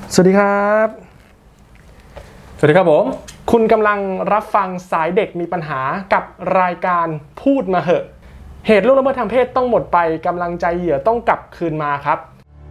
สวัสดีครับผมคุณกำลังรับฟังสายเด็กมีปัญหากับรายการพูดมาเหอะเหตุล่วงละเมิดทางเพศต้องหมดไปกำลังใจเหยื่อต้องกลับคืนมาครับ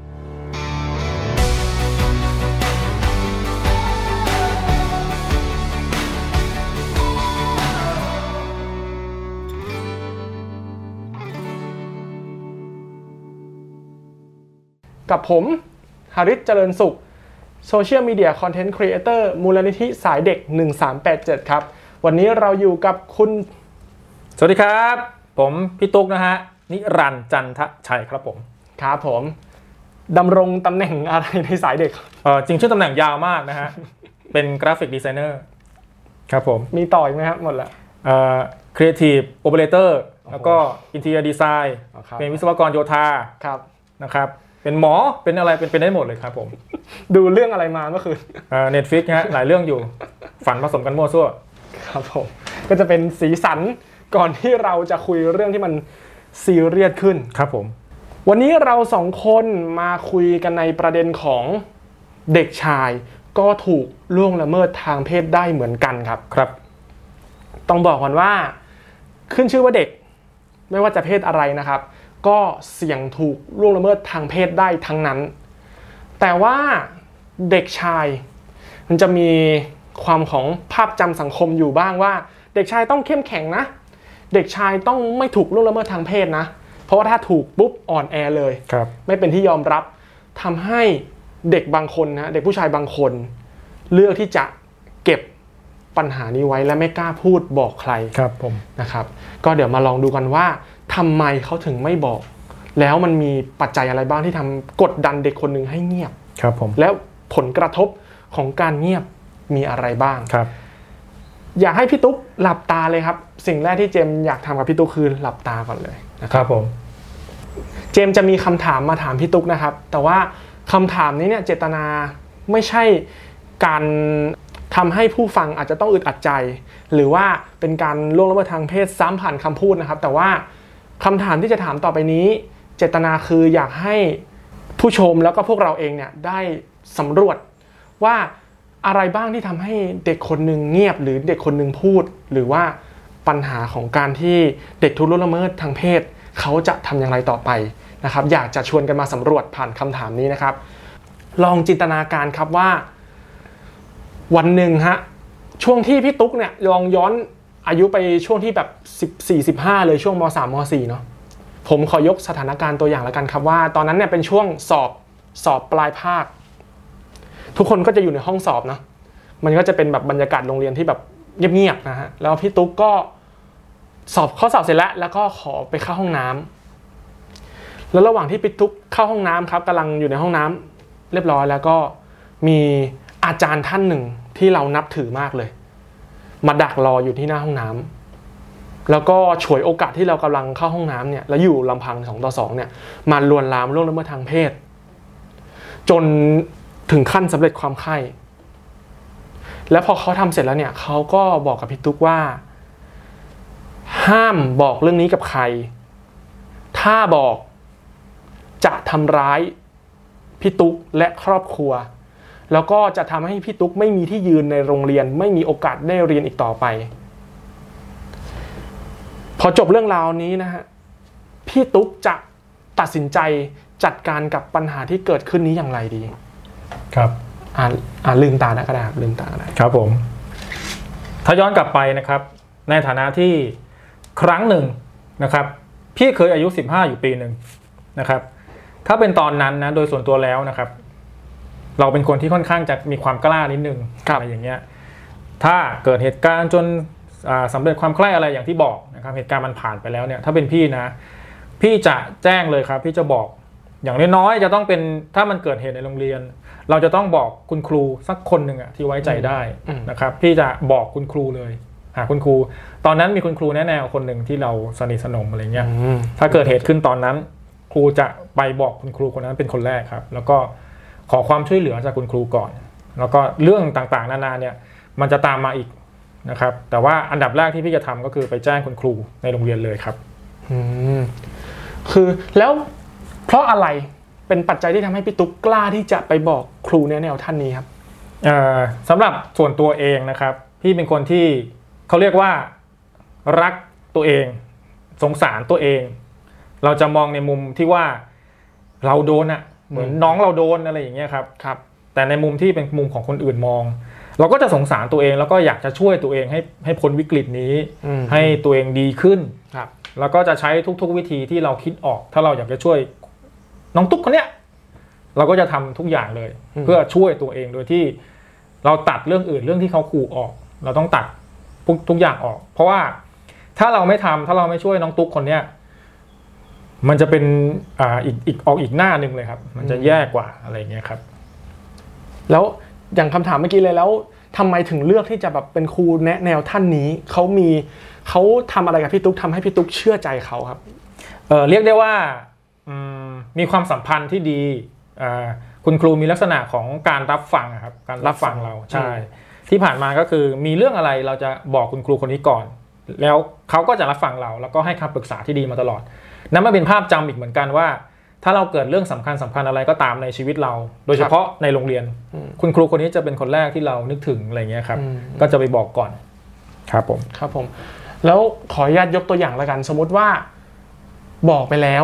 กับผมหาริศเจริญสุขโซเชียลมีเดียคอนเทนต์ครีเอเตอร์มูลนิธิสายเด็ก1387ครับวันนี้เราอยู่กับคุณสวัสดีครับผมพี่ตุ๊กนะฮะนิรันดร์จันทชัยครับผมครับผมดำรงตำแหน่งอะไรในสายเด็กจริงชื่อตำแหน่งยาวมากนะฮะ เป็นกราฟิกดีไซเนอร์ครับผมมีต่ออีกไหมครับหมดแล้วครีเอทีฟโอเปอเรเตอร์แล้วก็อินทีเรียดีไซน์เป็นวิศวกรโยธาครับนะครับเป็นหมอเป็นอะไรเป็นได้หมดเลยครับผมดูเรื่องอะไรมาเมื่อคืน Netflix ฮะหลายเรื่องอยู่ฝันผสมกันมั่วซั่วครับผมก็จะเป็นสีสันก่อนที่เราจะคุยเรื่องที่มันซีเรียสขึ้นครับผมวันนี้เราสองคนมาคุยกันในประเด็นของเด็กชายก็ถูกล่วงละเมิดทางเพศได้เหมือนกันครับครับต้องบอกก่อนว่าขึ้นชื่อว่าเด็กไม่ว่าจะเพศอะไรนะครับก็เสี่ยงถูกล่วงละเมิดทางเพศได้ทั้งนั้นแต่ว่าเด็กชายมันจะมีความของภาพจำสังคมอยู่บ้างว่าเด็กชายต้องเข้มแข็งนะเด็กชายต้องไม่ถูกล่วงละเมิดทางเพศนะเพราะว่าถ้าถูกปุ๊บอ่อนแอเลยไม่เป็นที่ยอมรับทำให้เด็กบางคนนะเด็กผู้ชายบางคนเลือกที่จะเก็บปัญหานี้ไว้และไม่กล้าพูดบอกใครครับผมนะครับก็เดี๋ยวมาลองดูกันว่าทำไมเขาถึงไม่บอกแล้วมันมีปัจจัยอะไรบ้างที่ทำกดดันเด็กคนหนึ่งให้เงียบครับผมแล้วผลกระทบของการเงียบมีอะไรบ้างครับอยากให้พี่ตุ๊กหลับตาเลยครับสิ่งแรกที่เจมอยากทำกับพี่ตุ๊กคือหลับตาก่อนเลยนะครับผมเจมจะมีคำถามมาถามพี่ตุ๊กนะครับแต่ว่าคำถามนี้เนี่ยเจตนาไม่ใช่การทำให้ผู้ฟังอาจจะต้องอึดอัดใจหรือว่าเป็นการล่วงละเมิดทางเพศซ้ำผ่านคำพูดนะครับแต่ว่าคำถามที่จะถามต่อไปนี้เจตนาคืออยากให้ผู้ชมแล้วก็พวกเราเองเนี่ยได้สำรวจว่าอะไรบ้างที่ทำให้เด็กคนหนึ่งเงียบหรือเด็กคนหนึ่งพูดหรือว่าปัญหาของการที่เด็กถูกล่วงละเมิดทางเพศเขาจะทำอย่างไรต่อไปนะครับอยากจะชวนกันมาสำรวจผ่านคำถามนี้นะครับลองจินตนาการครับว่าวันหนึ่งฮะช่วงที่พี่ตุ๊กเนี่ยลองย้อนอายุไปช่วงที่แบบ14-15เลยช่วงม.3 ม.4 เนาะผมขอยกสถานการณ์ตัวอย่างแล้วกันครับว่าตอนนั้นเนี่ยเป็นช่วงสอบปลายภาคทุกคนก็จะอยู่ในห้องสอบเนาะมันก็จะเป็นแบบบรรยากาศโรงเรียนที่แบบเงียบๆนะฮะแล้วพี่ตุ๊กก็ข้อสอบเสร็จแล้วก็ขอไปเข้าห้องน้ำแล้วระหว่างที่พี่ตุ๊กเข้าห้องน้ำครับกำลังอยู่ในห้องน้ำเรียบร้อยแล้วก็มีอาจารย์ท่านหนึ่งที่เรานับถือมากเลยมาดักรออยู่ที่หน้าห้องน้ำแล้วก็ฉวยโอกาสที่เรากำลังเข้าห้องน้ำเนี่ยแล้วอยู่ลำพัง2-2เนี่ยมาลวนลามล่วงละเมิดทางเพศจนถึงขั้นสำเร็จความใคร่แล้วพอเขาทำเสร็จแล้วเนี่ยเขาก็บอกกับพี่ตุ๊กว่าห้ามบอกเรื่องนี้กับใครถ้าบอกจะทำร้ายพี่ตุ๊กและครอบครัวแล้วก็จะทำให้พี่ตุ๊กไม่มีที่ยืนในโรงเรียนไม่มีโอกาสได้เรียนอีกต่อไปพอจบเรื่องราวนี้นะฮะพี่ตุ๊กจะตัดสินใจจัดการกับปัญหาที่เกิดขึ้นนี้อย่างไรดีครับลืมตาได้ก็ได้ครับลืมตาได้ครับผมถ้าย้อนกลับไปนะครับในฐานะที่ครั้งหนึ่งนะครับพี่เคยอายุ15อยู่ปีหนึ่งนะครับถ้าเป็นตอนนั้นนะโดยส่วนตัวแล้วนะครับเราเป็นคนที่ค่อนข้างจะมีความกล้านิดนึงอะไรอย่างเงี้ยถ้าเกิดเหตุการณ์จนสำเร็จความใคร่อะไรอย่างที่บอกนะครับเหตุการณ์มันผ่านไปแล้วเนี่ยถ้าเป็นพี่นะพี่จะแจ้งเลยครับพี่จะบอกอย่างน้อยๆจะต้องเป็นถ้ามันเกิดเหตุในโรงเรียนเราจะต้องบอกคุณครูสักคนหนึ่งที่ไว้ใจได้นะครับพี่จะบอกคุณครูเลยหาคุณครูตอนนั้นมีคุณครูแน่ๆคนหนึ่งที่เราสนิทสนมอะไรเงี้ยถ้าเกิดเหตุขึ้นตอนนั้นครูจะไปบอกคุณครูคนนั้นเป็นคนแรกครับแล้วก็ขอความช่วยเหลือจากคุณครูก่อนแล้วก็เรื่องต่างๆนานาเนี่ยมันจะตามมาอีกนะครับแต่ว่าอันดับแรกที่พี่จะทำก็คือไปแจ้งคุณครูในโรงเรียนเลยครับคือแล้วเพราะอะไรเป็นปัจจัยที่ทำให้พี่ตุ๊กกล้าที่จะไปบอกครูแนวท่านนี้ครับสำหรับส่วนตัวเองนะครับพี่เป็นคนที่เขาเรียกว่ารักตัวเองสงสารตัวเองเราจะมองในมุมที่ว่าเราโดนอะเหมือนน้องเราโดนอะไรอย่างเงี้ยครับแต่ในมุมที่เป็นมุมของคนอื่นมองเราก็จะสงสารตัวเองแล้วก็อยากจะช่วยตัวเองให้พ้นวิกฤตนี้ให้ตัวเองดีขึ้นแล้วก็จะใช้ทุกๆวิธีที่เราคิดออกถ้าเราอยากจะช่วยน้องตุ๊กคนเนี้ยเราก็จะทำทุกอย่างเลยเพื่อช่วยตัวเองโดยที่เราตัดเรื่องอื่นเรื่องที่เขาขู่ออกเราต้องตัดทุกอย่างออกเพราะว่าถ้าเราไม่ทำถ้าเราไม่ช่วยน้องตุ๊กคนเนี้ยมันจะเป็นอีกหน้านึงเลยครับมันจะแย่กว่าอะไรอย่างเงี้ยครับแล้วอย่างคำถามเมื่อกี้เลยแล้วทำไมถึงเลือกที่จะแบบเป็นครูแนวท่านนี้เขาทำอะไรกับพี่ตุ๊กทำให้พี่ตุ๊กเชื่อใจเขาครับเรียกได้ว่ามีความสัมพันธ์ที่ดีคุณครูมีลักษณะของการรับฟังครับการรับฟังเราใช่ที่ผ่านมาก็คือมีเรื่องอะไรเราจะบอกคุณครูคนนี้ก่อนแล้วเขาก็จะรับฟังเราแล้วก็ให้คำปรึกษาที่ดีมาตลอดนั่นมันเป็นภาพจำอีกเหมือนกันว่าถ้าเราเกิดเรื่องสำคัญอะไรก็ตามในชีวิตเราโดยเฉพาะในโรงเรียนคุณครูคนนี้จะเป็นคนแรกที่เรานึกถึงอะไรเงี้ยครับก็จะไปบอกก่อนครับผมแล้วขออนุญาตยกตัวอย่างละกันสมมติว่าบอกไปแล้ว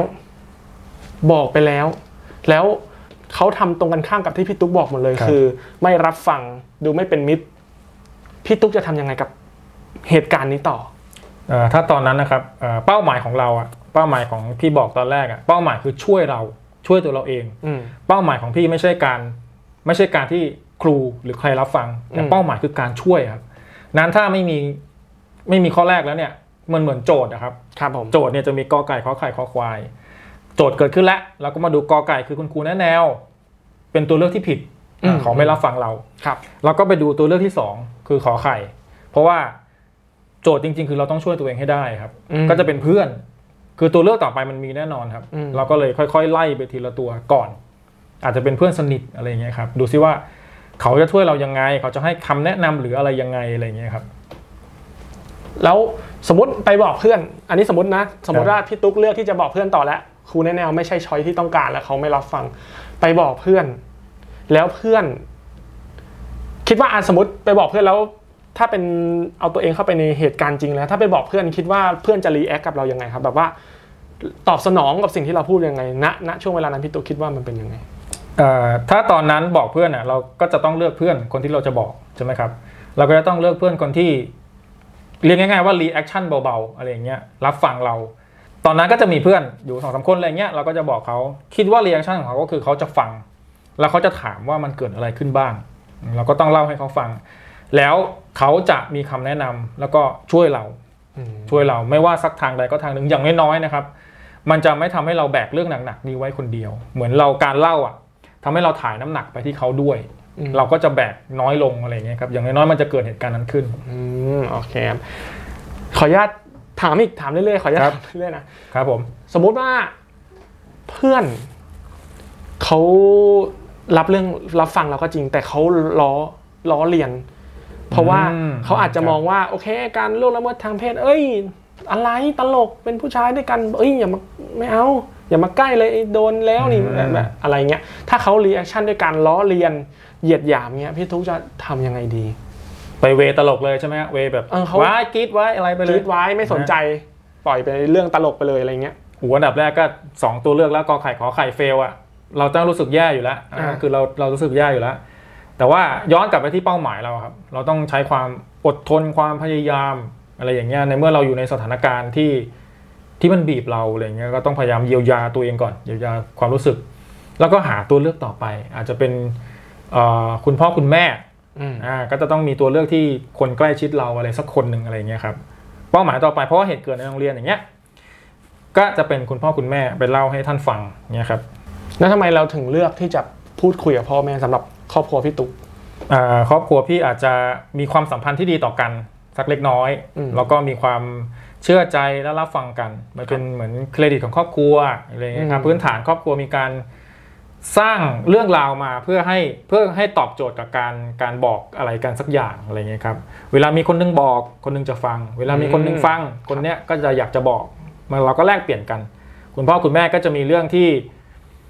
แล้วเขาทำตรงกันข้ามกับที่พี่ตุ๊กบอกหมดเลยคือไม่รับฟังดูไม่เป็นมิตรพี่ตุ๊กจะทำยังไงกับเหตุการณ์นี้ต่อถ้าตอนนั้นนะครับเป้าหมายของเราเป้าหมายของพี่บอกตอนแรกเป้าหมายคือช่วยตัวเราเองเป้าหมายของพี่ไม่ใช่การที่ครูหรือใครรับฟังแต่เป้าหมายคือการช่วยครับนั้นถ้าไม่มีข้อแรกแล้วเนี่ยมันเหมือนโจทย์นะครับโจทย์เนี่ยจะมีกอไก่ขอไข่ขอควายโจทย์เกิดขึ้นแล้วเราก็มาดูกอไก่คือคุณครูแนวเป็นตัวเลือกที่ผิดเขาไม่รับฟังเราเราก็ไปดูตัวเลือกที่2คือขอไข่เพราะว่าโจทย์จริงๆคือเราต้องช่วยตัวเองให้ได้ครับก็จะเป็นเพื่อนคือตัวเลือกต่อไปมันมีแน่นอนครับเราก็เลยค่อยๆไล่ไปทีละตัวก่อนอาจจะเป็นเพื่อนสนิทอะไรอย่างเงี้ยครับดูซิว่าเขาจะช่วยเรายังไงเขาจะให้คำแนะนำหรืออะไรยังไงอะไรอย่างเงี้ยครับแล้วสมมติไปบอกเพื่อนอันนี้สมมติว่าพี่ตุ๊กเลือกที่จะบอกเพื่อนต่อแล้วครูแนวไม่ใช่ช้อยที่ต้องการแล้วเขาไม่รับฟังไปบอกเพื่อนแล้วเพื่อนคิดว่าสมมติไปบอกเพื่อนแล้วถ้าเป็นเอาตัวเองเข้าไปในเหตุการณ์จริงแล้วถ้าไปบอกเพื่อนคิดว่าเพื่อนจะรีแอคกับเรายังไงครับแบบว่าตอบสนองกับสิ่งที่เราพูดยังไงณช่วงเวลานั้นพี่ตุ๊กคิดว่ามันเป็นยังไงถ้าตอนนั้นบอกเพื่อนเราก็จะต้องเลือกเพื่อนคนที่เราจะบอกใช่ไหมครับเราก็จะต้องเลือกเพื่อนคนที่เรียกง่ายๆว่ารีแอคชั่นเบาๆอะไรอย่างเงี้ยรับฟังเราตอนนั้นก็จะมีเพื่อนอยู่ 2-3 คนอะไรเงี้ยเราก็จะบอกเขาคิดว่ารีแอคชั่นของเขาก็คือเขาจะฟังแล้วเขาจะถามว่ามันเกิดอะไรขึ้นบ้างเราก็ต้องเล่าให้เขาฟังแล้วเขาจะมีคำแนะนำแล้วก็ช่วยเราไม่ว่าสักทางใดก็ทางหนึ่งอย่างน้อยๆนะครับมันจะไม่ทำให้เราแบกเรื่องหนักๆนี้ไว้คนเดียวเหมือนเราการเล่าทำให้เราถ่ายน้ำหนักไปที่เขาด้วยเราก็จะแบกน้อยลงอะไรเงี้ยครับอย่างน้อยๆมันจะเกิดเหตุการณ์นั้นขึ้นโอเคขออนุญาตถามเรื่อยๆขออนุญาตเรื่อยๆนะครับผมสมมุติว่าเพื่อนเขารับฟังเราก็จริงแต่เขาล้อเลียนเพราะว่าเขาอาจจะมองว่าโอเคการล่วงละเมิดทางเพศอะไรตลกเป็นผู้ชายด้วยกันอย่ามาไม่เอาอย่ามาใกล้เลยโดนแล้วนี่แบบอะไรเงี้ยถ้าเขารีแอคชั่นด้วยการล้อเลียนเหยียดหยามเงี้ยพี่ตุ๊กจะทำยังไงดีไปเวตลกเลยใช่ไหมเวแบบว้ายกรี๊ดไว้อะไรไปเลยกรี๊ดไว้ไม่สนใจปล่อยไปเรื่องตลกไปเลยอะไรเงี้ยอันดับแรกก็2ตัวเลือกแล้วกอไข่ขอไข่เฟลเราต้องรู้สึกแย่อยู่แล้วคือเรารู้สึกแย่อยู่แล้วแต่ว่าย้อนกลับไปที่เป้าหมายเราครับเราต้องใช้ความอดทนความพยายามอะไรอย่างเงี้ยในเมื่อเราอยู่ในสถานการณ์ที่มันบีบเราอะไรเงี้ยก็ต้องพยายามเยียวยาตัวเองก่อนเยียวยาความรู้สึกแล้วก็หาตัวเลือกต่อไปอาจจะเป็นคุณพ่อคุณแม่ก็จะต้องมีตัวเลือกที่คนใกล้ชิดเราอะไรสักคนหนึ่งอะไรเงี้ยครับเป้าหมายต่อไปเพราะว่าเหตุเกิดในโรงเรียนอย่างเงี้ยก็จะเป็นคุณพ่อคุณแม่ไปเล่าให้ท่านฟังเงี้ยครับแล้วทำไมเราถึงเลือกที่จะพูดคุยกับพ่อแม่สำหรับครอบครัวพี่ตุ๊กครอบครัวพี่อาจจะมีความสัมพันธ์ที่ดีต่อกันสักเล็กน้อยแล้วก็มีความเชื่อใจและรับฟังกันมันเป็นเหมือนเครดิตของครอบครัวอะไรเงี้ยครับพื้นฐานครอบครัวมีการสร้างเรื่องราวมาเพื่อให้ตอบโจทย์กับการบอกอะไรกันสักอย่างอะไรเงี้ยครับเวลามีคนนึงบอกคนนึงจะฟังเวลามีคนนึงฟังคนเนี้ยก็จะอยากจะบอกเราก็แลกเปลี่ยนกันคุณพ่อคุณแม่ก็จะมีเรื่องที่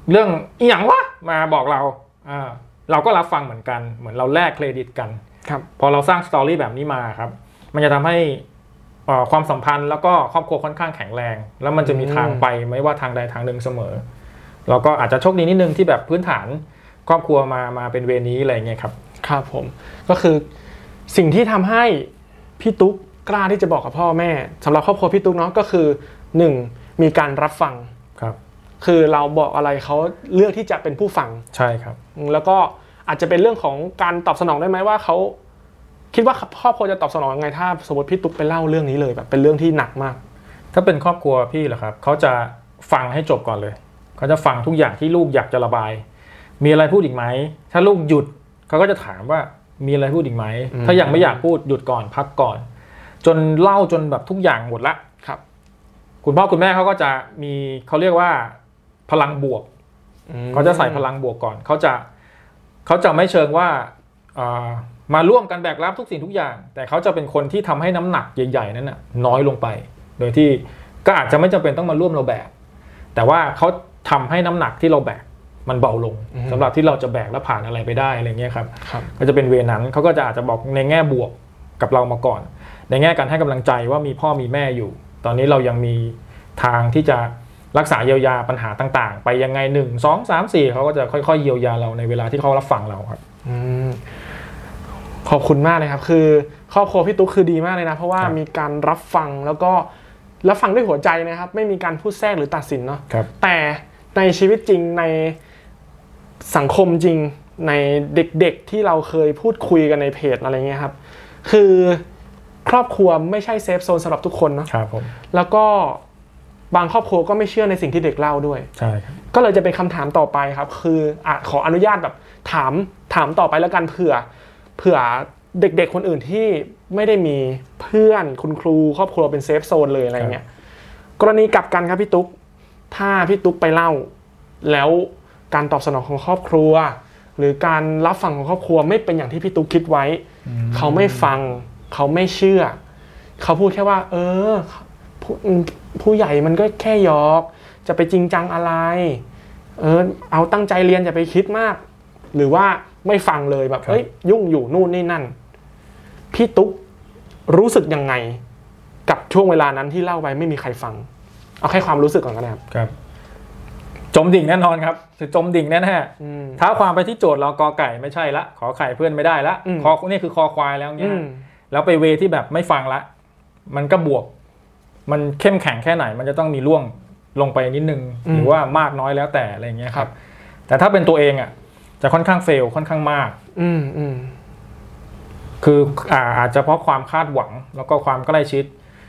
เรื่องอีหยังวะมาบอกเราเราก็รับฟังเหมือนกันเหมือนเราแลกเครดิตกันครับพอเราสร้างสตอรี่แบบนี้มาครับมันจะทำให้ความสัมพันธ์แล้วก็ครอบครัวค่อนข้างแข็งแรงแล้วมันจะมีทางไปไม่ว่าทางใดทางหนึ่งเสมอเราก็อาจจะโชคดีนิดนึงที่แบบพื้นฐานครอบครัวมาเป็นเวนี้อะไรเงี้ยครับครับผมก็คือสิ่งที่ทำให้พี่ตุ๊กกล้าที่จะบอกกับพ่อแม่สำหรับครอบครัวพี่ตุ๊กเนาะก็คือ1มีการรับฟังครับคือเราบอกอะไรเขาเลือกที่จะเป็นผู้ฟังใช่ครับแล้วก็อาจจะเป็นเรื่องของการตอบสนองได้ไหมว่าเขาคิดว่าครอบครัวจะตอบสนองยังไงถ้าสมมติพี่ตุ๊กไปเล่าเรื่องนี้เลยแบบเป็นเรื่องที่หนักมากถ้าเป็นครอบครัวพี่เหรอครับเขาจะฟังให้จบก่อนเลยเขาจะฟังทุกอย่างที่ลูกอยากจะระบายมีอะไรพูดอีกไหมถ้าลูกหยุดเขาก็จะถามว่ามีอะไรพูดอีกไหมถ้ายังไม่อยากพูดหยุดก่อนพักก่อนจนเล่าจนแบบทุกอย่างหมดละครับคุณพ่อคุณแม่เขาก็จะมีเขาเรียกว่าพลังบวกเขาจะใส่พลังบวกก่อนเขาจะไม่เชิงว่ามาร่วมกันแบกรับทุกสิ่งทุกอย่างแต่เขาจะเป็นคนที่ทำให้น้ำหนักใหญ่ๆนั้นน่ะน้อยลงไปโดยที่ก็อาจจะไม่จำเป็นต้องมาร่วมเราแบกแต่ว่าเขาทำให้น้ำหนักที่เราแบกมันเบาลงสำหรับที่เราจะแบกและผ่านอะไรไปได้อะไรเงี้ยครับก็จะเป็นเวนั้นเขาก็จะอาจจะบอกในแง่บวกกับเรามาก่อนในแง่การให้กำลังใจว่ามีพ่อมีแม่อยู่ตอนนี้เรายังมีทางที่จะรักษาเยียวยาปัญหาต่างๆไปยังไง1 2 3 4เขาก็จะค่อยๆเยียวยาเราในเวลาที่เขารับฟังเราครับขอบคุณมากเลยครับคือครอบครัวพี่ตุ๊กคือดีมากเลยนะเพราะว่ามีการรับฟังแล้วก็รับฟังด้วยหัวใจนะครับไม่มีการพูดแทรกหรือตัดสินเนาะแต่ในชีวิตจริงในสังคมจริงในเด็กๆที่เราเคยพูดคุยกันในเพจอะไรเงี้ยครับคือครอบครัวไม่ใช่เซฟโซนสำหรับทุกคนเนาะครับผมแล้วก็บางครอบครัวก็ไม่เชื่อในสิ่งที่เด็กเล่าด้วยใช่ครับก็เลยจะเป็นคำถามต่อไปครับคือขออนุญาตแบบถามต่อไปแล้วกันเผื่อเด็กๆคนอื่นที่ไม่ได้มีเพื่อนคุณครูครอบครัวเป็นเซฟโซนเลยอะไรเงี้ยกรณีกลับกันครับพี่ตุ๊กถ้าพี่ตุ๊กไปเล่าแล้วการตอบสนองของครอบครัวหรือการรับฟังของครอบครัวไม่เป็นอย่างที่พี่ตุ๊กคิดไว้เขาไม่ฟังเขาไม่เชื่อเขาพูดแค่ว่าผู้ใหญ่มันก็แค่หยอกจะไปจริงจังอะไรเอาตั้งใจเรียนอย่าไปคิดมากหรือว่าไม่ฟังเลยแบบยุ่งอยู่นู่นนี่นั่นพี่ตุ๊กรู้สึกยังไงกับช่วงเวลานั้นที่เล่าไปไม่มีใครฟังเอาแค่ความรู้สึกก่อนก็ได้ครับจมดิ่งแน่นอนครับจมดิ่งแน่ๆท้าความไปที่โจทย์เรากอไก่ไม่ใช่ละขอไข่เพื่อนไม่ได้ละนี่คือคอควายแล้วเนี่ยแล้วไปเวที่แบบไม่ฟังละมันก็บวกมันเข้มแข็งแค่ไหนมันจะต้องมีร่วงลงไปนิดนึงหรือว่ามากน้อยแล้วแต่อะไรเงี้ยครับแต่ถ้าเป็นตัวเองอ่ะจะค่อนข้างเฟลค่อนข้างมากคืออาจจะเพราะความคาดหวังแล้วก็ความใกล้ชิด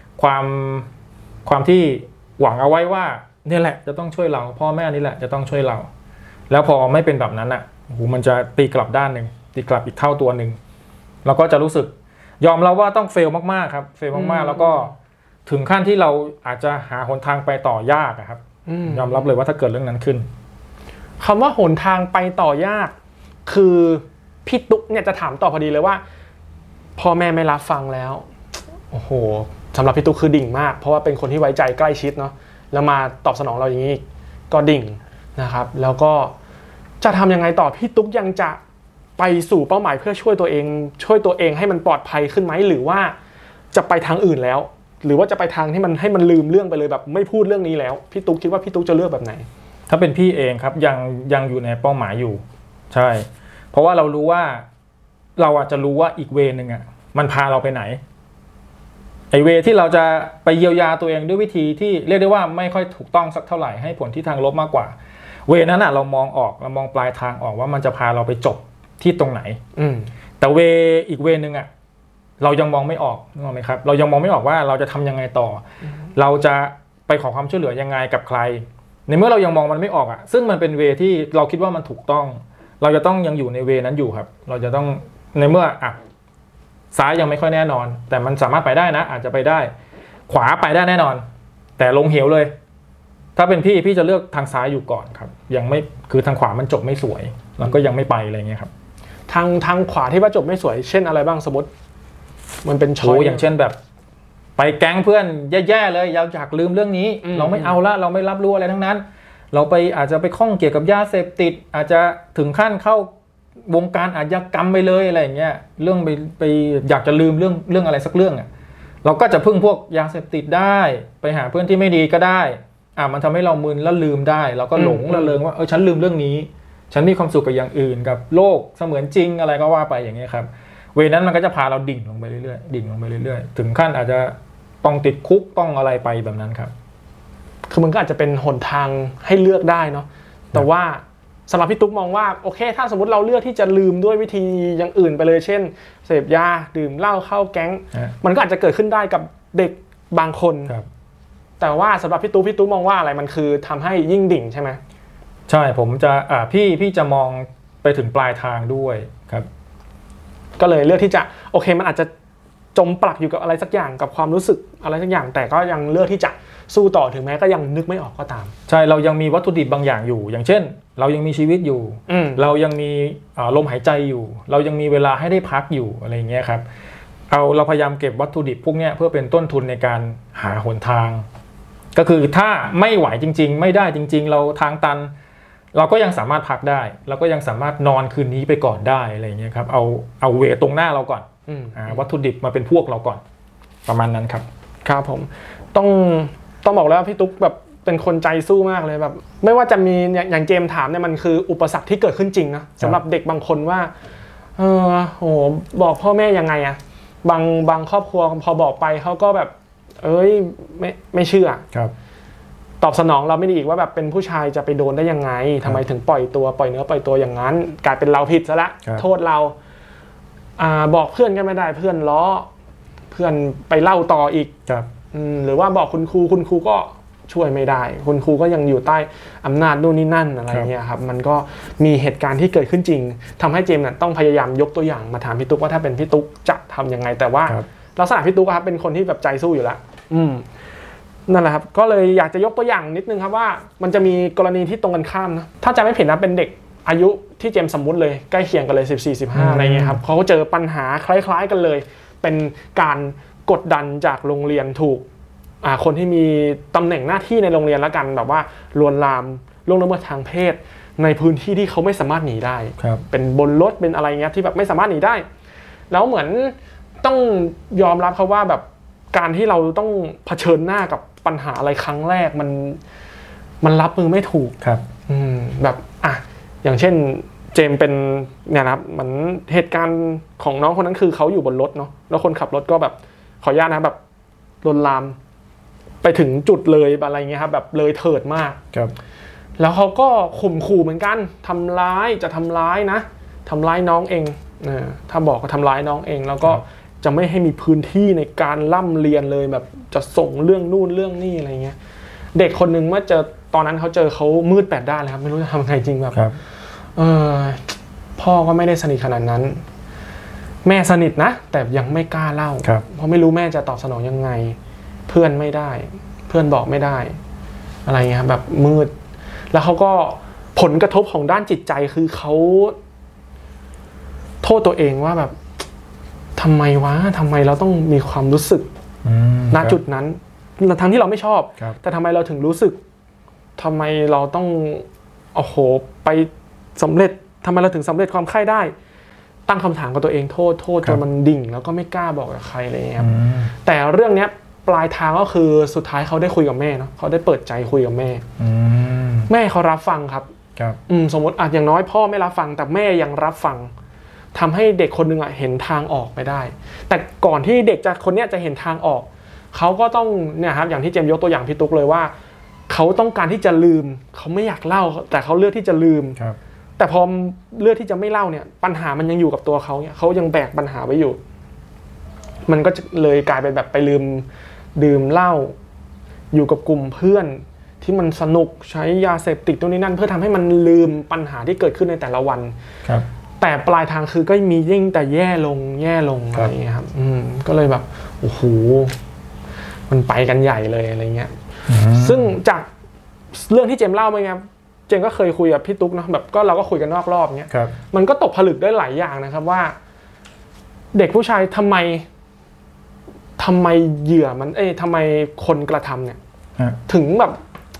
ความที่หวังเอาไว้ว่านี่แหละจะต้องช่วยเราพ่อแม่นี่แหละจะต้องช่วยเราแล้วพอไม่เป็นแบบนั้นอ่ะมันจะตีกลับด้านนึงตีกลับอีกเท่าตัวนึงเราก็จะรู้สึกยอมรับว่าต้องเฟลมากๆครับเฟลมากๆแล้วก็ถึงขั้นที่เราอาจจะหาหนทางไปต่อยากครับยอมรับเลยว่าถ้าเกิดเรื่องนั้นขึ้นคำว่าหนทางไปต่อยากคือพี่ตุ๊กเนี่ยจะถามต่อพอดีเลยว่าพ่อแม่ไม่รับฟังแล้วโอ้โหสำหรับพี่ตุ๊กคือดิ่งมากเพราะว่าเป็นคนที่ไว้ใจใกล้ชิดเนาะแล้วมาตอบสนองเราอย่างนี้ก็ดิ่งนะครับแล้วก็จะทำยังไงต่อพี่ตุ๊กยังจะไปสู่เป้าหมายเพื่อช่วยตัวเองให้มันปลอดภัยขึ้นไหมหรือว่าจะไปทางอื่นแล้วหรือว่าจะไปทางที่มันให้มันลืมเรื่องไปเลยแบบไม่พูดเรื่องนี้แล้วพี่ตุ๊กคิดว่าพี่ตุ๊กจะเลือกแบบไหนถ้าเป็นพี่เองครับยังอยู่ในเป้าหมายอยู่ใช่เพราะว่าเรารู้ว่าเราอาจจะรู้ว่าอีกเวนึงอ่ะมันพาเราไปไหนไอเวที่เราจะไปเยียวยาตัวเองด้วยวิธีที่เรียกได้ว่าไม่ค่อยถูกต้องสักเท่าไหร่ให้ผลที่ทางลบมากกว่าเวนั้นอ่ะเรามองปลายทางออกว่ามันจะพาเราไปจบที่ตรงไหนแต่เวอีกเวนึงอ่ะเรายังมองไม่ออกนึกออกไหมครับเรายังมองไม่ออกว่าเราจะทำยังไงต่อเราจะไปขอความช่วยเหลือยังไงกับใครในเมื่อเรายังมองมันไม่ออกอ่ะซึ่งมันเป็นเวที่เราคิดว่ามันถูกต้องเราจะต้องยังอยู่ในเวนั้นอยู่ครับเราจะต้องในเมื่อซ้ายยังไม่ค่อยแน่นอนแต่มันสามารถไปได้นะอาจจะไปได้ขวาไปได้แน่นอนแต่ลงเหวเลยถ้าเป็นพี่จะเลือกทางซ้ายอยู่ก่อนครับยังไม่คือทางขวามันจบไม่สวยเราก็ยังไม่ไปอะไรเงี้ยครับทางขวาที่ว่าจบไม่สวยเช่นอะไรบ้างสมมติมันเป็นช้อยอย่างเช่นแบบไปแก๊งเพื่อนแย่ๆเลยอยากลืมเรื่องนี้เราไม่เอาละเราไม่รับรู้อะไรทั้งนั้นเราไปอาจจะไปข้องเกี่ยวกับยาเสพติดอาจจะถึงขั้นเข้าวงการอาชญากรรมไปเลยอะไรอย่างเงี้ยเรื่องไปอยากจะลืมเรื่องอะไรสักเรื่องอ่ะเราก็จะพึ่งพวกยาเสพติดได้ไปหาเพื่อนที่ไม่ดีก็ได้มันทำให้เรามึนแล้วลืมได้เราก็หลงระเริงว่าฉันลืมเรื่องนี้ฉันมีความสุขกับอย่างอื่นกับโลกเสมือนจริงอะไรก็ว่าไปอย่างเงี้ยครับเวนั้นมันก็จะพาเราดิ่งลงไปเรื่อยๆดิ่งลงไปเรื่อยๆถึงขั้นอาจจะต้องติดคุกต้องอะไรไปแบบนั้นครับคือมันก็อาจจะเป็นหนทางให้เลือกได้เนาะแต่ว่าสำหรับพี่ตุ๊กมองว่าโอเคถ้าสมมติเราเลือกที่จะลืมด้วยวิธีอย่างอื่นไปเลยเช่นเสพยาดื่มเหล้าเข้าแก๊งมันก็อาจจะเกิดขึ้นได้กับเด็กบางคนแต่ว่าสำหรับพี่ตุ๊กมองว่าอะไรมันคือทำให้ยิ่งดิ่งใช่ไหมใช่ผมจะพี่จะมองไปถึงปลายทางด้วยครับก็เลยเลือกที่จะโอเคมันอาจจะจมปลักอยู่กับอะไรสักอย่างกับความรู้สึกอะไรสักอย่างแต่ก็ยังเลือกที่จะสู้ต่อถึงแม้ก็ยังนึกไม่ออกก็ตามใช่เรายังมีวัตถุดิบบางอย่างอยู่อย่างเช่นเรายังมีชีวิตอยู่เรายังมีลมหายใจอยู่เรายังมีเวลาให้ได้พักอยู่อะไรอย่างเงี้ยครับเราพยายามเก็บวัตถุดิบพวกนี้เพื่อเป็นต้นทุนในการหาหนทางก็คือถ้าไม่ไหวจริงๆไม่ได้จริงๆเราทางตันเราก็ยังสามารถพักได้เราก็ยังสามารถนอนคืนนี้ไปก่อนได้อะไรอย่างเงี้ยครับเอาเวตรงหน้าเราก่อนวัตถุดิบมาเป็นพวกเราก่อนประมาณนั้นครับครับผมต้องบอกแล้วพี่ตุ๊กแบบเป็นคนใจสู้มากเลยแบบไม่ว่าจะมีอย่างเจมถามเนี่ยมันคืออุปสรรคที่เกิดขึ้นจริงนะสำหรับเด็กบางคนว่าโหบอกพ่อแม่ยังไงอะบางครอบครัวพอบอกไปเขาก็แบบไม่เชื่อครับตอบสนองเราไม่ดีอีกว่าแบบเป็นผู้ชายจะไปโดนได้ยังไงทำไมถึงปล่อยเนื้อปล่อยตัวอย่างนั้นกลายเป็นเราผิดซะละโทษเราบอกเพื่อนก็ไม่ได้เพื่อนล้อเพื่อนไปเล่าต่ออีกหรือว่าบอกคุณครูก็ช่วยไม่ได้คุณครูก็ยังอยู่ใต้อำนาจนู่นนี่นั่นอะไรเงี้ยครับมันก็มีเหตุการณ์ที่เกิดขึ้นจริงทำให้เจมส์ต้องพยายามยกตัวอย่างมาถามพี่ตุ๊กว่าถ้าเป็นพี่ตุ๊กจะทำยังไงแต่ว่าลักษณะพี่ตุ๊กครับเป็นคนที่แบบใจสู้อยู่แล้วนั่นแหละครับก็เลยอยากจะยกตัวอย่างนิดนึงครับว่ามันจะมีกรณีที่ตรงกันข้ามนะถ้าจะไม่ผิดนะเป็นเด็กอายุที่เจมส์สมมุติเลยใกล้เคียงกันเลย14-15อะไรเงี้ยครับเขาเจอปัญหาคล้ายๆกันเลยเป็นการกดดันจากโรงเรียนถูกคนที่มีตำแหน่งหน้าที่ในโรงเรียนแล้วกันแบบว่าลวนลามล่วงละเมิดทางเพศในพื้นที่ที่เขาไม่สามารถหนีได้เป็นบนรถเป็นอะไรเงี้ยที่แบบไม่สามารถหนีได้แล้วเหมือนต้องยอมรับเขาว่าแบบการที่เราต้องเผชิญหน้ากับปัญหาอะไรครั้งแรกมันรับมือไม่ถูกแบบอย่างเช่นเจมเป็นเนี่ยนะครับเหมือนเหตุการณ์ของน้องคนนั้นคือเขาอยู่บนรถเนาะแล้วคนขับรถก็แบบขออนุญาตนะแบบลวนลามไปถึงจุดเลยอะไรเงี้ยครับแบบเลยเถิดมากแล้วเขาก็ข่มขู่เหมือนกันทำร้ายนะทำร้ายน้องเองถ้าบอกก็ทำร้ายน้องเองแล้วก็จะไม่ให้มีพื้นที่ในการล่ำเรียนเลยแบบจะส่งเรื่องนู่นเรื่องนี่อะไรเงี้ยเด็กคนนึงเมื่อเจอตอนนั้นเขามืด8ด้านเลยครับไม่รู้จะทำไงจริงแบบพ่อก็ไม่ได้สนิทขนาดนั้นแม่สนิทนะแต่ยังไม่กล้าเล่าเพราะไม่รู้แม่จะตอบสนองยังไงเพื่อนไม่ได้เพื่อนบอกไม่ได้อะไรเงี้ยแบบมืดแล้วเขาก็ผลกระทบของด้านจิตใจคือเขาโทษตัวเองว่าแบบทำไมเราต้องมีความรู้สึกณจุดนั้นทั้งที่เราไม่ชอบแต่ทำไมเราถึงรู้สึกทำไมเราต้องไปสำเร็จทำไมเราถึงสำเร็จความใคร่ได้ตั้งคำถามกับตัวเองโทษจนมันดิ่งแล้วก็ไม่กล้าบอกกับใครเลยครับแต่เรื่องนี้ปลายทางก็คือสุดท้ายเขาได้คุยกับแม่เนาะเขาได้เปิดใจคุยกับแม่แม่เขารับฟังครับสมมติอย่างน้อยพ่อไม่รับฟังแต่แม่ยังรับฟังทำให้เด็กคนนึงเห็นทางออกไปได้แต่ก่อนที่เด็กคนนี้จะเห็นทางออกเขาก็ต้องเนี่ยครับอย่างที่เจมยกตัวอย่างพี่ตุ๊กเลยว่าเขาต้องการที่จะลืมเขาไม่อยากเล่าแต่เขาเลือกที่จะลืมแต่พอเลือกที่จะไม่เล่าเนี่ยปัญหามันยังอยู่กับตัวเขาเนี่ยเขายังแบกปัญหาไว้อยู่มันก็เลยกลายเป็นแบบไปลืมดื่มเหล้าอยู่กับกลุ่มเพื่อนที่มันสนุกใช้ยาเสพติดตัวนี้นั่นเพื่อทำให้มันลืมปัญหาที่เกิดขึ้นในแต่ละวันแต่ปลายทางคือก็มียิ่งแต่แย่ลงอะไรอย่างเงี้ยครับก็เลยแบบโอ้โหมันไปกันใหญ่เลยอะไรเงี้ยซึ่งจากเรื่องที่เจมเล่าไปไงเจมก็เคยคุยกับพี่ตุ๊กนะแบบก็เราก็คุยกันนอกรอบเงี้ยมันก็ตกผลึกได้หลายอย่างนะครับว่าเด็กผู้ชายทำไมเหยื่อมันทำไมคนกระทำเนี่ยถึงแบบ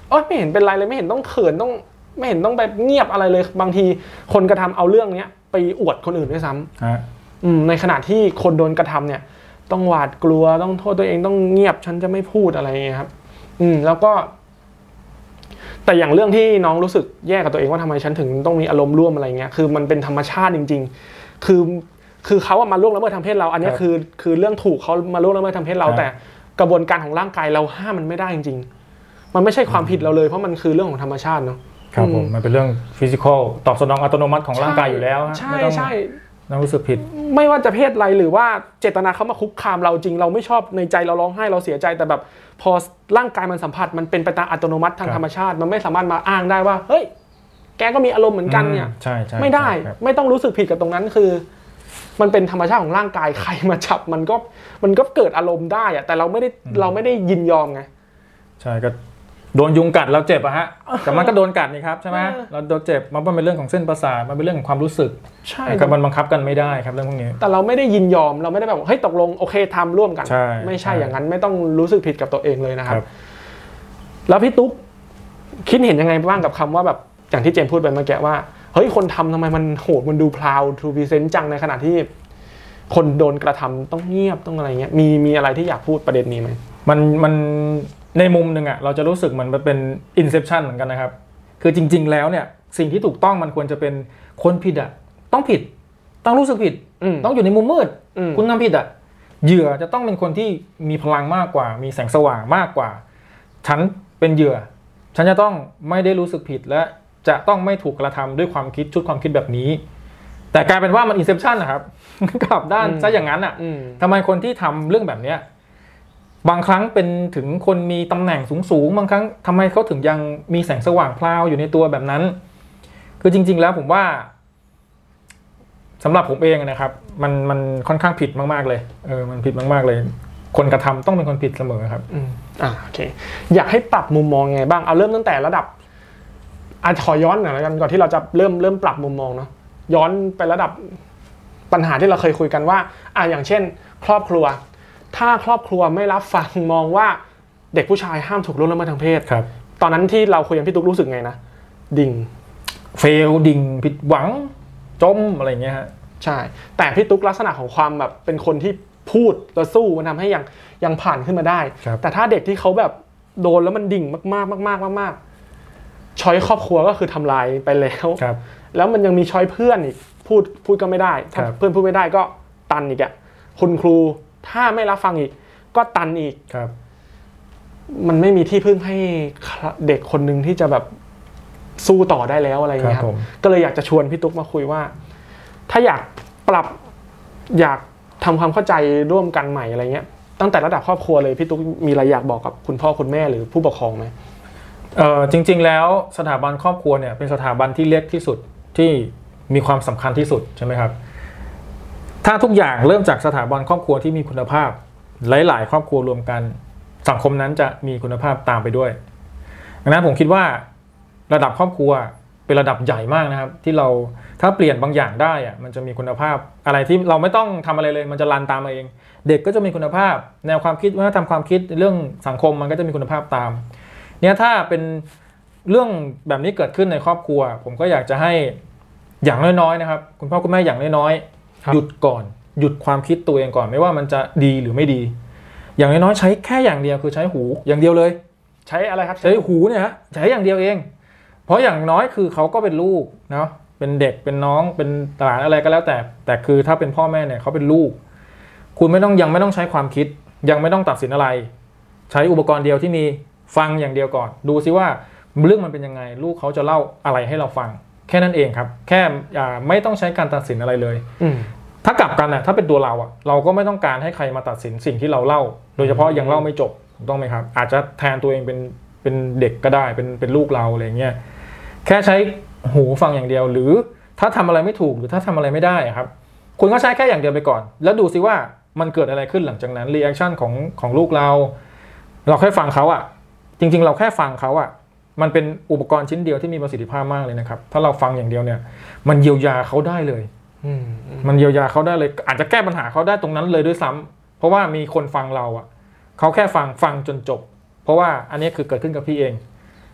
โอ๊ยไม่เห็นเป็นไรเลยไม่เห็นต้องเขินต้องไม่เห็นต้องไปเงียบอะไรเลยบางทีคนกระทำเอาเรื่องเนี้ยไปอวดคนอื่นด้วยซ้ำในขณะที่คนโดนกระทำเนี่ยต้องหวาดกลัวต้องโทษตัวเองต้องเงียบฉันจะไม่พูดอะไรอย่างเงี้ยครับแล้วก็แต่อย่างเรื่องที่น้องรู้สึกแย่กับตัวเองว่าทำไมฉันถึงต้องมีอารมณ์ร่วมอะไรเงี้ยคือมันเป็นธรรมชาติจริงๆคือเขามาล่วงละเมิดทางเพศเราอันนี้คือเรื่องถูกเขามาล่วงละเมิดทางเพศเราแต่กระบวนการของร่างกายเราห้ามมันไม่ได้จริงๆมันไม่ใช่ความผิดเราเลยเพราะมันคือเรื่องของธรรมชาติเนาะครับผมมันเป็นเรื่องฟิสิกอลตอบสนองอัตโนมัติของร่างกายอยู่แล้วใช่ใช่น้องรู้สึกผิดไม่ว่าจะเพศอะไรหรือว่าเจตนาเขามาคุกคามเราจริงเราไม่ชอบในใจเราร้องไห้เราเสียใจแต่แบบพอร่างกายมันสัมผัสมันเป็นไปตามอัตโนมัติทางธรรมชาติมันไม่สามารถมาอ้างได้ว่าเฮ้ยแกก็มีอารมณ์เหมือนกันเนี่ยไม่ได้ไม่ต้องรู้สึกผิดกับตรงนั้นคือมันเป็นธรรมชาติของร่างกายใครมาจับมันก็เกิดอารมณ์ได้อะแต่เราไม่ได้ยินยอมไงใช่ก็โดนยุงกัดเราเจ็บอะฮะแต่มันก็โดนกัดนี่ครับใช่ไหมเราโดนเจ็บมันเป็นเรื่องของเส้นประสาทมันเป็นเรื่องของความรู้สึกใช่แต่มันบังคับกันไม่ได้ครับเรื่องพวกนี้แต่เราไม่ได้ยินยอมเราไม่ได้แบบเฮ้ยตกลงโอเคทำร่วมกันไม่ใช่อย่างนั้นไม่ต้องรู้สึกผิดกับตัวเองเลยนะครับแล้วพี่ตุ๊กคิดเห็นยังไงบ้างกับคำว่าแบบอย่างที่เจมพูดไปเมื่อกี้ว่าเฮ้ยคนทำทำไมมันโหดมันดูพราวทูพิเซนต์จังในขณะที่คนโดนกระทำต้องเงียบต้องอะไรเงี้ยมีอะไรที่อยากพูดประเด็นนี้ไหมมันในมุมหนึ่งอ่ะเราจะรู้สึกเหมือนมันเป็น inception เหมือนกันนะครับคือจริงๆแล้วเนี่ยสิ่งที่ถูกต้องมันควรจะเป็นคนผิดอ่ะต้องผิดต้องรู้สึกผิดต้องอยู่ในมุมมืดคุณทำผิดอ่ะเหยื่อจะต้องเป็นคนที่มีพลังมากกว่ามีแสงสว่างมากกว่าฉันเป็นเหยื่อฉันจะต้องไม่ได้รู้สึกผิดและจะต้องไม่ถูกกระทำด้วยความคิดชุดความคิดแบบนี้แต่กลายเป็นว่ามัน inception นะครับกลับด้านซะอย่างนั้นอ่ะทำไมคนที่ทำเรื่องแบบเนี้ยบางครั้งเป็นถึงคนมีตำแหน่งสูงบางครั้งทำไมเขาถึงยังมีแสงสว่างพลาวอยู่ในตัวแบบนั้นคือจริงๆแล้วผมว่าสำหรับผมเองนะครับมันค่อนข้างผิดมากๆเลยมันผิดมากๆเลยคนกระทำต้องเป็นคนผิดเสมอครับโอเคอยากให้ปรับมุมมองไงบ้างเอาเริ่มตั้งแต่ระดับขอย้อนหน่อยแล้วกันก่อนที่เราจะเริ่มปรับมุมมองเนาะย้อนไประดับปัญหาที่เราเคยคุยกันว่าอย่างเช่นครอบครัวถ้าครอบครัวไม่รับฟังมองว่าเด็กผู้ชายห้ามถูกล่วงละเมิดทางเพศตอนนั้นที่เราคุยกันพี่ตุ๊กรู้สึกไงนะดิ่งเฟลดิ่งผิดหวังจมอะไรเงี้ยฮะใช่แต่พี่ตุ๊กลักษณะของความแบบเป็นคนที่พูดและสู้มันทำให้ยังผ่านขึ้นมาได้แต่ถ้าเด็กที่เขาแบบโดนแล้วมันดิ่งมากช้อยครอบครัวก็คือทำลายไปแล้วมันยังมีช้อยเพื่อนอีกพูดก็ไม่ได้ถ้าเพื่อนพูดไม่ได้ก็ตันอีกอ่ะคุณครูถ้าไม่รับฟังอีกก็ตันอีกมันไม่มีที่พึ่งให้เด็กคนหนึ่งที่จะแบบสู้ต่อได้แล้วอะไรอย่างเงี้ยครับก็เลยอยากจะชวนพี่ตุ๊กมาคุยว่าถ้าอยากปรับอยากทำความเข้าใจร่วมกันใหม่อะไรเงี้ยตั้งแต่ระดับครอบครัวเลยพี่ตุ๊กมีอะไรอยากบอกกับคุณพ่อคุณแม่หรือผู้ปกครองไหมจริงๆแล้วสถาบันครอบครัวเนี่ยเป็นสถาบันที่เล็กที่สุดที่มีความสำคัญที่สุดใช่ไหมครับถ้าทุกอย่างเริ่มจากสถาบันครอบครัวที่มีคุณภาพหลายๆครอบครัวรวมกันสังคมนั้นจะมีคุณภาพตามไปด้วยดังนั้นผมคิดว่าระดับครอบครัวเป็นระดับใหญ่มากนะครับที่เราถ้าเปลี่ยนบางอย่างได้อะมันจะมีคุณภาพอะไรที่เราไม่ต้องทำอะไรเลยมันจะรันตามมาเองเด็กก็จะมีคุณภาพแนวความคิดวัฒนธรรมความคิดเรื่องสังคมมันก็จะมีคุณภาพตามเนี่ยถ้าเป็นเรื่องแบบนี้เกิดขึ้นในครอบครัวผมก็อยากจะให้อย่างน้อยๆนะครับคุณพ่อคุณแม่อย่างน้อยๆหยุดก่อนหยุดความคิดตัวเองก่อนไม่ว่ามันจะดีหรือไม่ดีอย่างน้อยๆใช้แค่อย่างเดียวคือใช้หูอย่างเดียวเลยใช้อะไรครับใช้หูเนี่ยฮะใช้อย่างเดียวเองเพราะอย่างน้อยคือเขาก็เป็นลูกเนาะเป็นเด็กเป็นน้องเป็นหลานอะไรก็แล้วแต่คือถ้าเป็นพ่อแม่เนี่ยเขาเป็นลูกคุณยังไม่ต้องใช้ความคิดยังไม่ต้องตัดสินอะไรใช้อุปกรณ์เดียวที่มีฟังอย่างเดียวก่อนดูซิว่าเรื่องมันเป็นยังไงลูกเขาจะเล่าอะไรให้เราฟังแค่นั้นเองครับแค่ไม่ต้องใช้การตัดสินอะไรเลยถ้ากลับกันนะถ้าเป็นตัวเราอ่ะเราก็ไม่ต้องการให้ใครมาตัดสินสิ่งที่เราเล่าโดยเฉพาะยังเล่าไม่จบถูกต้องไหมครับอาจจะแทนตัวเองเป็นเด็กก็ได้เป็นลูกเราอะไรเงี้ยแค่ใช้หูฟังอย่างเดียวหรือถ้าทำอะไรไม่ถูกหรือถ้าทำอะไรไม่ได้ครับคุณก็ใช้แค่อย่างเดียวไปก่อนแล้วดูซิว่ามันเกิดอะไรขึ้นหลังจากนั้นรีแอคชั่นของลูกเราแค่ฟังเขาอ่ะจริงๆเราแค่ฟังเขาอ่ะมันเป็นอุปกรณ์ชิ้นเดียวที่มีประสิทธิภาพมากเลยนะครับถ้าเราฟังอย่างเดียวเนี่ยมันเยียวยาเขาได้เลยมันเยียวยาเขาได้เลยอาจจะแก้ปัญหาเขาได้ตรงนั้นเลยด้วยซ้ำเพราะว่ามีคนฟังเราอ่ะเขาแค่ฟังจนจบเพราะว่าอันนี้คือเกิดขึ้นกับพี่เอง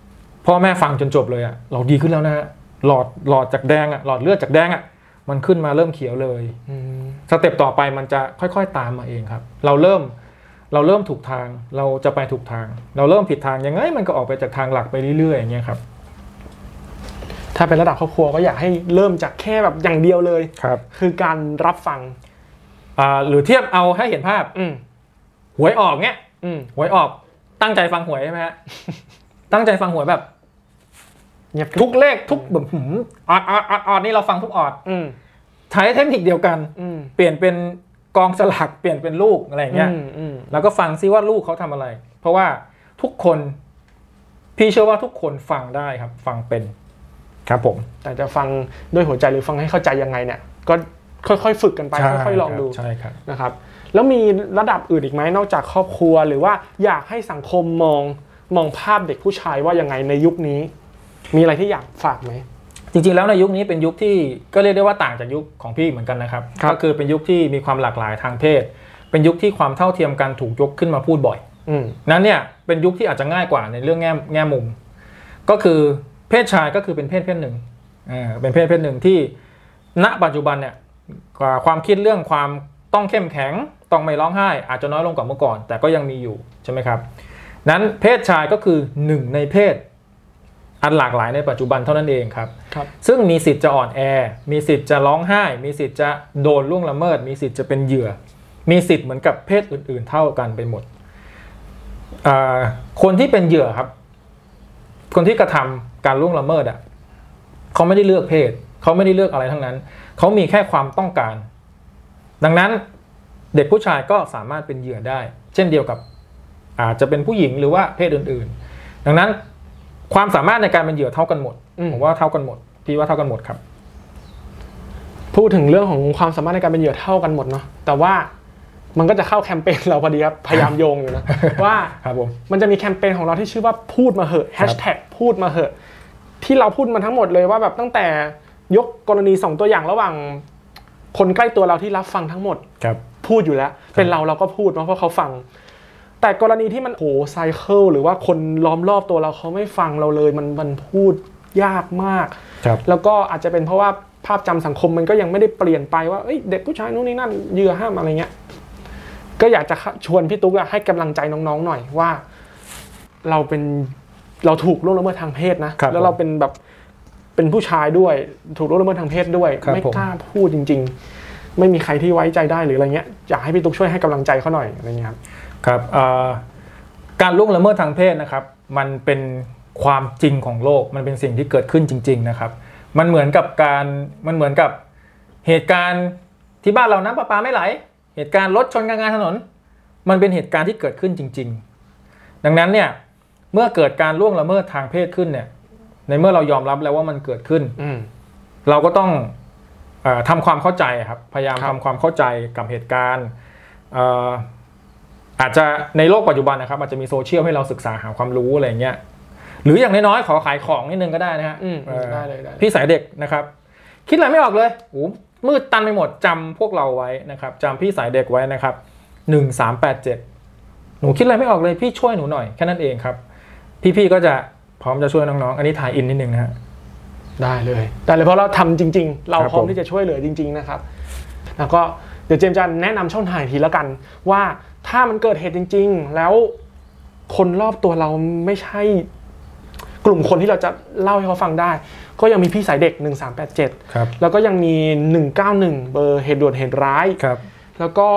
พ่อแม่ฟังจนจบเลยเราดีขึ้นแล้วนะฮะหลอดจากแดงหลอดเลือดจากแดงมันขึ้นมาเริ่มเขียวเลยสเต็ปต่อไปมันจะค่อยๆตามมาเองครับเราเริ่มถูกทางเราจะไปถูกทางเราเริ่มผิดทางยังไงมันก็ออกไปจากทางหลักไปเรื่อยๆอย่างเงี้ยครับถ้าเป็นระดับครอบครัวก็อยากให้เริ่มจากแค่แบบอย่างเดียวเลยครับคือการรับฟังหรือเทียบเอาให้เห็นภาพหวยออกเงี้ยหวยออกตั้งใจฟังหวยใช่ไหมฮะ ตั้งใจฟังหวยแบบทุกเลขทุกแบบออดนี่เราฟังทุกออดใช้เทคนิคเดียวกันเปลี่ยนเป็นกองสลากเปลี่ยนเป็นลูกอะไรอย่างเงี้ยแล้วก็ฟังซิว่าลูกเขาทำอะไร เพราะว่าทุกคนพี่เชื่อว่าทุกคนฟังได้ครับฟังเป็นครับผมแต่จะฟังด้วยหัวใจหรือฟังให้เข้าใจยังไงเนี่ยก็ค่อยๆฝึกกันไปค่อยๆลองดูใช่ครับนะครับแล้วมีระดับอื่นอีกไหมนอกจากครอบครัวหรือว่าอยากให้สังคมมองภาพเด็กผู้ชายว่ายังไงในยุคนี้มีอะไรที่อยากฝากไหมจริงๆแล้วในยุคนี้เป็นยุคที่ก็เรียกได้ว่าต่างจากยุคของพี่เหมือนกันนะครับก็คือเป็นยุคที่มีความหลากหลายทางเพศเป็นยุคที่ความเท่าเทียมกันถูกยกขึ้นมาพูดบ่อยนั้นเนี่ยเป็นยุคที่อาจจะง่ายกว่าในเรื่องแง่มุมก็คือเพศชายก็คือเป็นเพศหนึ่งเป็นเพศหนึ่งที่ณปัจจุบันเนี่ยความคิดเรื่องความต้องเข้มแข็งต้องไม่ร้องไห้อาจจะน้อยลงกว่าเมื่อก่อนแต่ก็ยังมีอยู่ใช่ไหมครับนั้นเพศชายก็คือหนึ่งในเพศอันหลากหลายในปัจจุบันเท่านั้นเองครับซึ่งมีสิทธิ์จะอ่อนแอมีสิทธิ์จะร้องไห้มีสิทธิ์จะโดนล่วงละเมิดมีสิทธิ์จะเป็นเหยื่อมีสิทธิ์เหมือนกับเพศอื่นๆเท่ากันไปหมดคนที่เป็นเหยื่อครับคนที่กระทำการล่วงละเมิดเขาไม่ได้เลือกเพศเขาไม่ได้เลือกอะไรทั้งนั้นเขามีแค่ความต้องการดังนั้นเด็กผู้ชายก็สามารถเป็นเหยื่อได้เช่นเดียวกับอาจจะเป็นผู้หญิงหรือว่าเพศอื่นๆดังนั้นความสามารถในการเป็นเหยื่อเท่ากันหมดผมว่าเท่ากันหมดพี่ว่าเท่ากันหมดครับพูดถึงเรื่องของความสามารถในการเป็นเหยื่อเท่ากันหมดเนาะแต่ว่ามันก็จะเข้าแคมเปญเราพอดีครับพยายามโยงอยู่นะว่ามันจะมีแคมเปญของเราที่ชื่อว่าพูดมาเหอะ#พูดมาเหอะที่เราพูดมาทั้งหมดเลยว่าแบบตั้งแต่ยกกรณี2ตัวอย่างระหว่างคนใกล้ตัวเราที่รับฟังทั้งหมดพูดอยู่แล้วเป็นเราก็พูดเพราะเขาฟังแต่กรณีที่มันไซเคิลหรือว่าคนล้อมรอบตัวเราเขาไม่ฟังเราเลยมันพูดยากมากแล้วก็อาจจะเป็นเพราะว่าภาพจำสังคมมันก็ยังไม่ได้เปลี่ยนไปว่าเด็กผู้ชายนู่นนี่นั่นเหยื่อห้ามอะไรเงี้ยก็อยากจะชวนพี่ตุ๊กให้กำลังใจน้องๆหน่อยว่าเราถูกล่วงละเมิดทางเพศนะแล้วเราเป็นผู้ชายด้วยถูกล่วงละเมิดทางเพศด้วยไม่กล้าพูดจริงๆไม่มีใครที่ไว้ใจได้หรืออะไรเงี้ยอยากให้พี่ตุ๊กช่วยให้กำลังใจเขาหน่อยอะไรเงี้ยครับการล่วงละเมิดทางเพศนะครับมันเป็นความจริงของโลกมันเป็นสิ่งที่เกิดขึ้นจริงๆนะครับมันเหมือนกับเหตุการณ์ที่บ้านเราน้ำประปาไม่ไหลเหตุการณ์รถชนกลางถนนมันเป็นเหตุการณ์ที่เกิดขึ้นจริงๆดังนั้นเนี่ยเมื่อเกิดการล่วงละเมิดทางเพศขึ้นเนี่ยในเมื่อเรายอมรับแล้วว่ามันเกิดขึ้นเราก็ต้องทำความเข้าใจครับพยายามทำความเข้าใจกับเหตุการณ์อาจจะในโลกปัจจุบันนะครับอาจจะมีโซเชียลให้เราศึกษาหาความรู้อะไรเงี้ยหรืออย่างน้อยๆขอขายของนิดนึงก็ได้นะฮะได้เลยพี่สายเด็กนะครับคิดอะไรไม่ออกเลยมืดตันไปหมดจำพวกเราไว้นะครับจำพี่สายเด็กไว้นะครับ1387หนูคิดอะไรไม่ออกเลยพี่ช่วยหนูหน่อยแค่นั้นเองครับพี่ๆก็จะพร้อมจะช่วยน้องๆอันนี้ถ่ายอินนิดนึงนะฮะได้เลยเพราะเราทำจริงๆเราพร้อมที่จะช่วยเหลือจริงๆนะครับแล้วก็เดี๋ยวเจมส์จะแนะนำช่องทางทีละกันว่าถ้ามันเกิดเหตุจริงๆแล้วคนรอบตัวเราไม่ใช่กลุ่มคนที่เราจะเล่าให้เขาฟังได้ก็ยังมีพี่สายเด็ก1387 ครับแล้วก็ยังมี191เบอร์เหตุด่วนเหตุร้ายครับแล้วก็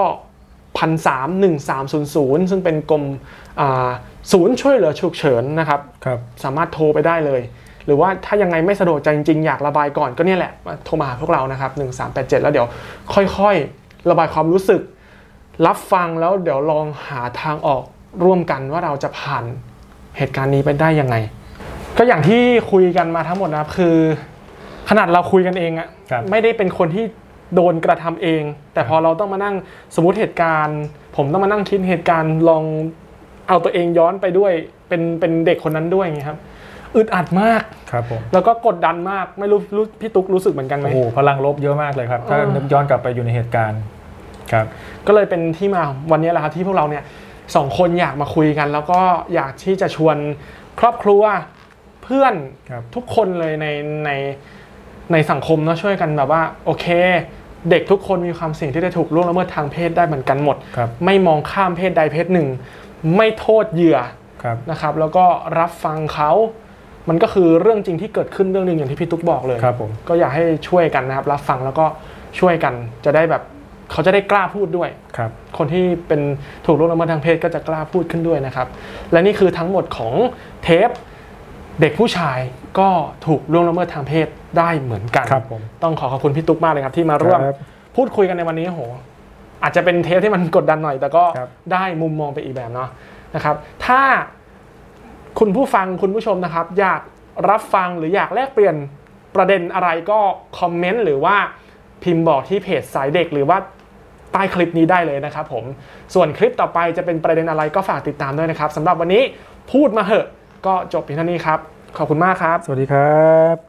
1,31300ซึ่งเป็นกรมศูนย์ช่วยเหลือฉุกเฉินนะครับสามารถโทรไปได้เลยหรือว่าถ้ายังไงไม่สะดวกใจจริงๆอยากระบายก่อนก็เนี่ยแหละโทรมาหาพวกเรานะครับ1387แล้วเดี๋ยวค่อยๆระบายความรู้สึกรับฟังแล้วเดี๋ยวลองหาทางออกร่วมกันว่าเราจะผ่านเหตุการณ์นี้ไปได้ยังไงก็อย่างที่คุยกันมาทั้งหมดนะครับคือขนาดเราคุยกันเองอะไม่ได้เป็นคนที่โดนกระทำเองแต่พอเราต้องมานั่งสมมุติเหตุการณ์ผมต้องมานั่งคิดเหตุการณ์ลองเอาตัวเองย้อนไปด้วยเป็นเด็กคนนั้นด้วยไงครับอึดอัดมากครับผมแล้วก็กดดันมากไม่รู้พี่ตุ๊กรู้สึกเหมือนกันไหมโอ้โหพลังลบเยอะมากเลยครับถ้านึกย้อนกลับไปอยู่ในเหตุการณ์ครับก็เลยเป็นที่มาวันนี้แหละครับที่พวกเราเนี่ย2คนอยากมาคุยกันแล้วก็อยากที่จะชวนครอบครัวพื่อนครับทุกคนเลยในสังคมเนาะช่วยกันแบบว่าโอเคเด็กทุกคนมีความเสี่ยงที่จะถูกล่วงละเมิดทางเพศได้เหมือนกันหมดครับไม่มองข้ามเพศใดเพศหนึ่งไม่โทษเหยื่อครับนะครับแล้วก็รับฟังเขามันก็คือเรื่องจริงที่เกิดขึ้นเรื่องนึงอย่างที่พี่ตุ๊กบอกเลยครับผมก็อยากให้ช่วยกันนะครับรับฟังแล้วก็ช่วยกันจะได้แบบเขาจะได้กล้าพูดด้วยครับคนที่เป็นถูกล่วงละเมิดทางเพศก็จะกล้าพูดขึ้นด้วยนะครับและนี่คือทั้งหมดของเทปเด็กผู้ชายก็ถูกล่วงละเมิดทางเพศได้เหมือนกันครับผมต้องขอบคุณพี่ตุ๊กมากเลยครับที่มาร่วมครับพูดคุยกันในวันนี้โหอาจจะเป็นเทปที่มันกดดันหน่อยแต่ก็ครับได้มุมมองไปอีกแบบเนาะนะครับถ้าคุณผู้ฟังคุณผู้ชมนะครับอยากรับฟังหรืออยากแลกเปลี่ยนประเด็นอะไรก็คอมเมนต์หรือว่าพิมพ์บอกที่เพจสายเด็กหรือว่าใต้คลิปนี้ได้เลยนะครับผมส่วนคลิปต่อไปจะเป็นประเด็นอะไรก็ฝากติดตามด้วยนะครับสำหรับวันนี้พูดมาเหอะก็จบเพียงเท่านี้ครับขอบคุณมากครับสวัสดีครับ